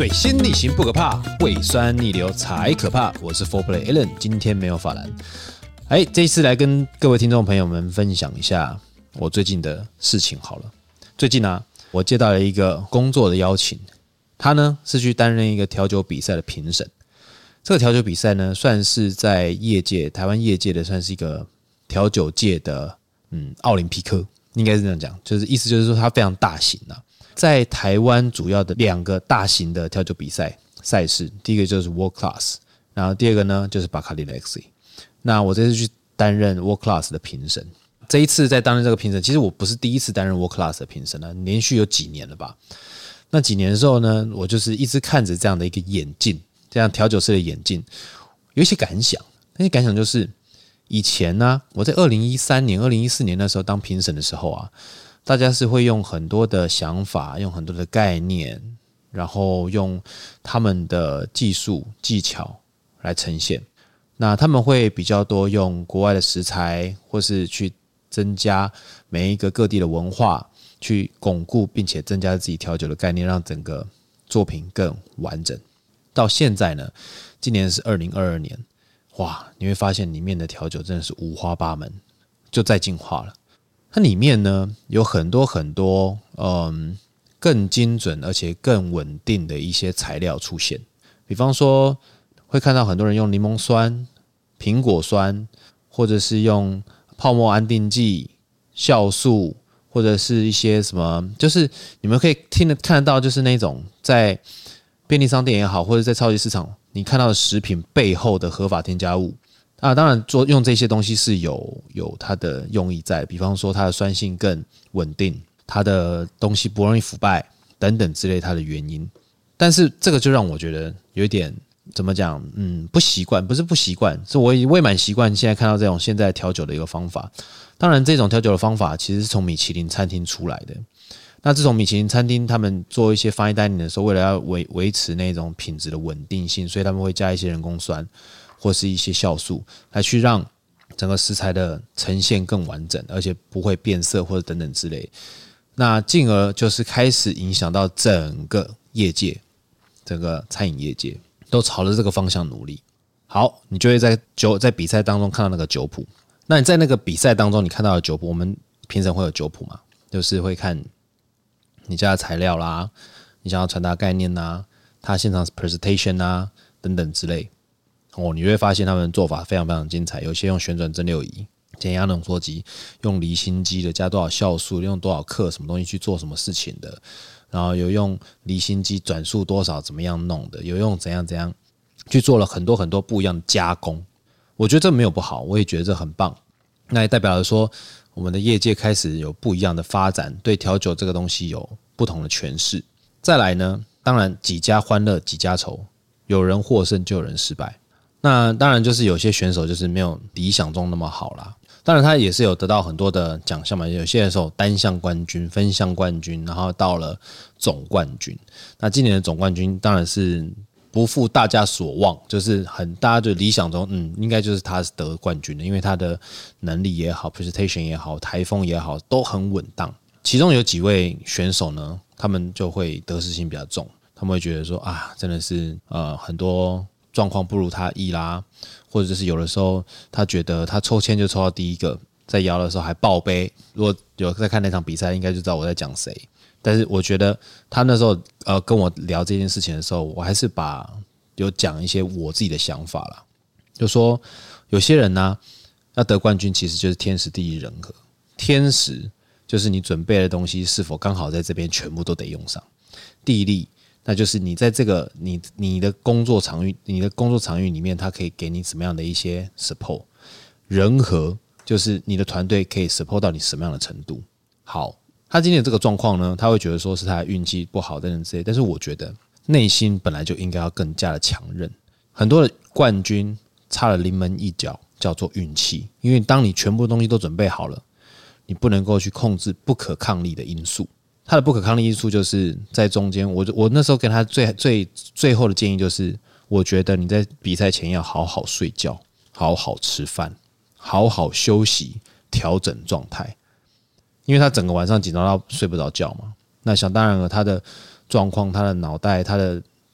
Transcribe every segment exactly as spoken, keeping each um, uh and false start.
水星逆行不可怕，胃酸逆流才可怕。我是 four play Alan， 今天没有法兰。哎，这一次来跟各位听众朋友们分享一下我最近的事情好了。最近啊，我接到了一个工作的邀请，他呢是去担任一个调酒比赛的评审。这个调酒比赛呢，算是在业界台湾业界的算是一个调酒界的嗯奥林匹克，应该是这样讲，就是意思就是说它非常大型啊。在台湾主要的两个大型的调酒比赛赛事，第一个就是 World Class， 然后第二个呢就是巴卡利 Lexi。那我这次去担任 World Class 的评审，这一次在担任这个评审，其实我不是第一次担任 World Class 的评审了，连续有几年了吧。那几年的时候呢，我就是一直看着这样的一个演进，这样调酒师的演进，有一些感想。那些感想就是以前呢、啊，我在二零一三年、二零一四年那时候当评审的时候啊。大家是会用很多的想法，用很多的概念，然后用他们的技术技巧来呈现。那他们会比较多用国外的食材，或是去增加每一个各地的文化，去巩固并且增加自己调酒的概念，让整个作品更完整。到现在呢，今年是二零二二年，哇，你会发现里面的调酒真的是五花八门，就再进化了。它里面呢有很多很多嗯更精准而且更稳定的一些材料出现，比方说会看到很多人用柠檬酸、苹果酸，或者是用泡沫安定剂、酵素，或者是一些什么，就是你们可以听得看得到，就是那种在便利商店也好，或者在超级市场你看到的食品背后的合法添加物。啊，当然做用这些东西是有有它的用意在，比方说它的酸性更稳定，它的东西不容易腐败等等之类它的原因。但是这个就让我觉得有一点怎么讲，嗯，不习惯，不是不习惯，是我也蛮习惯现在看到这种现在调酒的一个方法。当然，这种调酒的方法其实是从米其林餐厅出来的。那自从米其林餐厅他们做一些 fine dining 的时候，为了要维维持那种品质的稳定性，所以他们会加一些人工酸。或是一些酵素来去让整个食材的呈现更完整，而且不会变色或者等等之类。那进而就是开始影响到整个业界，整个餐饮业界都朝着这个方向努力。好，你就会在酒在比赛当中看到那个酒谱。那你在那个比赛当中你看到的酒谱，我们评审会有酒谱嘛？就是会看你加的材料啦，你想要传达概念啦，它现场 presentation 啊等等之类。哦，你会发现他们的做法非常非常精彩，有些用旋转蒸馏仪、减压浓缩机，用离心机的，加多少酵素，用多少克什么东西去做什么事情的，然后有用离心机转速多少怎么样弄的，有用怎样怎样去做了很多很多不一样的加工。我觉得这没有不好，我也觉得这很棒。那也代表了说，我们的业界开始有不一样的发展，对调酒这个东西有不同的诠释。再来呢，当然几家欢乐几家愁，有人获胜就有人失败。那当然就是有些选手就是没有理想中那么好啦，当然他也是有得到很多的奖项嘛，有些人有单项冠军、分项冠军，然后到了总冠军。那今年的总冠军当然是不负大家所望，就是很大家就理想中嗯应该就是他是得冠军的，因为他的能力也好 presentation 也好台风也好都很稳当。其中有几位选手呢，他们就会得失心比较重，他们会觉得说啊真的是呃很多状况不如他意啦，或者是有的时候他觉得他抽签就抽到第一个，在摇的时候还爆杯。如果有在看那场比赛，应该就知道我在讲谁。但是我觉得他那时候呃跟我聊这件事情的时候，我还是把有讲一些我自己的想法啦，就说有些人呢、啊、要得冠军其实就是天时地利人和，天时就是你准备的东西是否刚好在这边全部都得用上，地利那就是你在这个你你的工作场域，你的工作场域里面，它可以给你什么样的一些 support。人和就是你的团队可以 support 到你什么样的程度。好，他今天的这个状况呢，他会觉得说是他的运气不好等等之类，但是我觉得内心本来就应该要更加的强韧。很多的冠军差了临门一脚，叫做运气，因为当你全部东西都准备好了，你不能够去控制不可抗力的因素。他的不可抗力因素就是在中间，我我那时候跟他最最最后的建议就是，我觉得你在比赛前要好好睡觉，好好吃饭，好好休息，调整状态。因为他整个晚上紧张到睡不着觉嘛，那想当然了，他的状况、他的脑袋、他的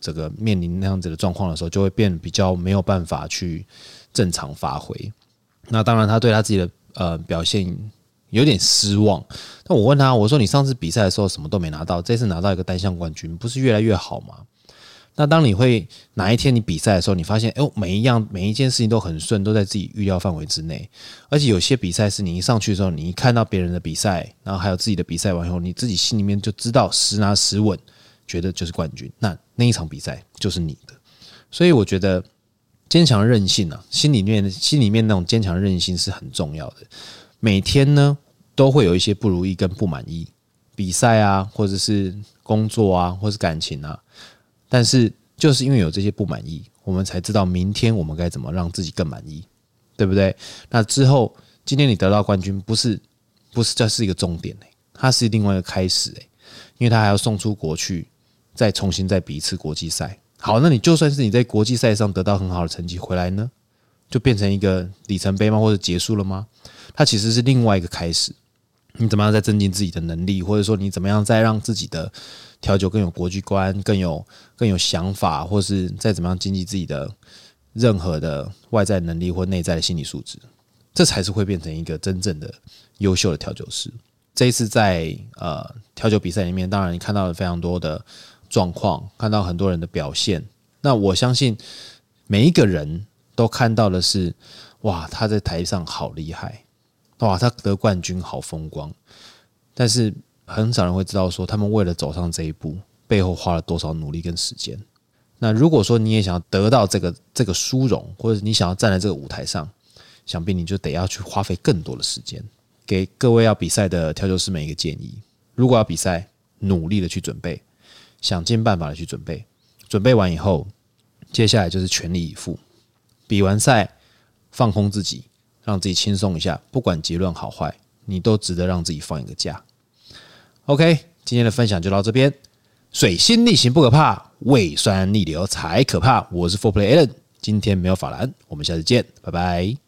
这个面临那样子的状况的时候，就会变比较没有办法去正常发挥。那当然，他对他自己的呃表现有点失望。但我问他，我说你上次比赛的时候什么都没拿到，这次拿到一个单项冠军，不是越来越好吗？那当你会哪一天你比赛的时候，你发现，哎，每一样每一件事情都很顺，都在自己预料范围之内。而且有些比赛是你一上去的时候，你一看到别人的比赛，然后还有自己的比赛完以后，你自己心里面就知道十拿十稳，觉得就是冠军。那那一场比赛就是你的。所以我觉得坚强的韧性啊，心里面心里面那种坚强的韧性是很重要的。每天呢都会有一些不如意跟不满意，比赛啊，或者是工作啊，或是感情啊。但是就是因为有这些不满意，我们才知道明天我们该怎么让自己更满意，对不对？那之后今天你得到冠军，不是不是这是一个终点、欸、它是另外一个开始、欸、因为它还要送出国去，再重新再比一次国际赛。好，那你就算是你在国际赛上得到很好的成绩回来呢，就变成一个里程碑吗？或者结束了吗？它其实是另外一个开始。你怎么样再增进自己的能力，或者说你怎么样再让自己的调酒更有国际观，更有更有想法，或是再怎么样经济自己的任何的外在能力或内在的心理素质，这才是会变成一个真正的优秀的调酒师。这一次在呃调酒比赛里面，当然你看到了非常多的状况，看到很多人的表现。那我相信每一个人都看到的是，哇，他在台上好厉害。哇，他得冠军好风光，但是很少人会知道说他们为了走上这一步背后花了多少努力跟时间。那如果说你也想要得到这个这个殊荣，或者你想要站在这个舞台上，想必你就得要去花费更多的时间。给各位要比赛的调酒师们一个建议，如果要比赛，努力的去准备，想尽办法的去准备，准备完以后接下来就是全力以赴，比完赛放空自己，让自己轻松一下，不管结论好坏，你都值得让自己放一个假。 OK， 今天的分享就到这边。水星逆行不可怕，胃酸逆流才可怕。我是 four Play Alan， 今天没有法兰，我们下次见，拜拜。